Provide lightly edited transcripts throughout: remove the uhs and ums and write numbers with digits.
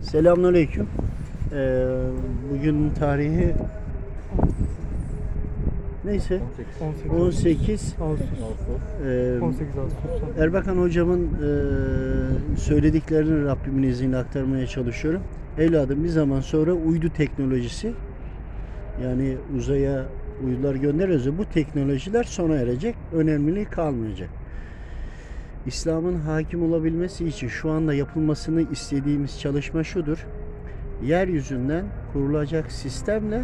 Selamünaleyküm. Bugün tarihi neyse 18 Ağustos. 18 Ağustos. Erbakan hocamın söylediklerini Rabbimin izniyle aktarmaya çalışıyorum. Evladım, bir zaman sonra uydu teknolojisi, yani uzaya uydular gönderiyoruz, bu teknolojiler sona erecek, önemliliği kalmayacak. İslam'ın hakim olabilmesi için şu anda yapılmasını istediğimiz çalışma şudur: yeryüzünden kurulacak sistemle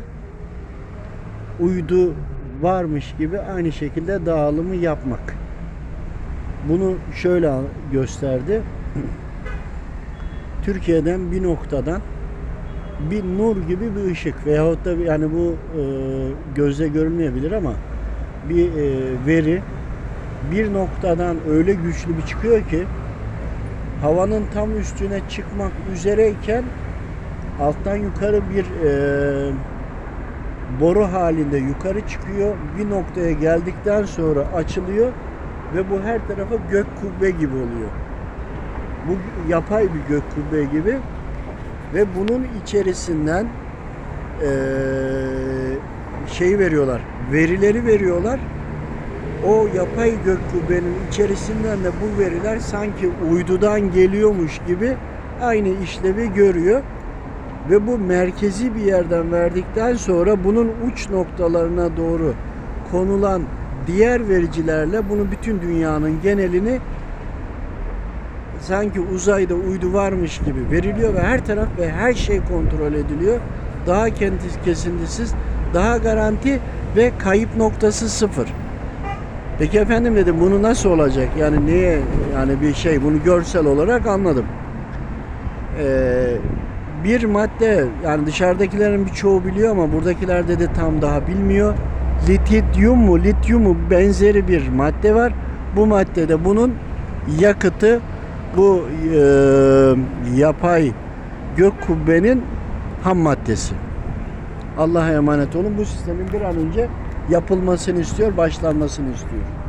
uydu varmış gibi aynı şekilde dağılımı yapmak. Bunu şöyle gösterdi. Türkiye'den bir noktadan bir nur gibi bir ışık veyahut da yani bu gözle görülmeyebilir ama bir veri bir noktadan öyle güçlü bir çıkıyor ki havanın tam üstüne çıkmak üzereyken alttan yukarı bir boru halinde yukarı çıkıyor. Bir noktaya geldikten sonra açılıyor ve bu her tarafa gök kubbe gibi oluyor. Bu yapay bir gök kubbe gibi ve bunun içerisinden şeyi veriyorlar, verileri veriyorlar. O yapay gök kubbenin içerisinden de bu veriler sanki uydudan geliyormuş gibi aynı işlevi görüyor. Ve bu merkezi bir yerden verdikten sonra bunun uç noktalarına doğru konulan diğer vericilerle bunu bütün dünyanın genelini sanki uzayda uydu varmış gibi veriliyor ve her taraf ve her şey kontrol ediliyor. Daha kesintisiz, daha garanti ve kayıp noktası sıfır. Peki efendim dedim, bunu nasıl olacak? Yani niye, yani bir şey, bunu görsel olarak anladım. Bir madde, yani dışarıdakilerin birçoğu biliyor ama buradakiler de tam daha bilmiyor. Lityum benzeri bir madde var. Bu maddede bunun yakıtı bu yapay gök kubbenin ham maddesi. Allah'a emanet olun. Bu sistemin bir an önce yapılmasını istiyor, başlanmasını istiyor.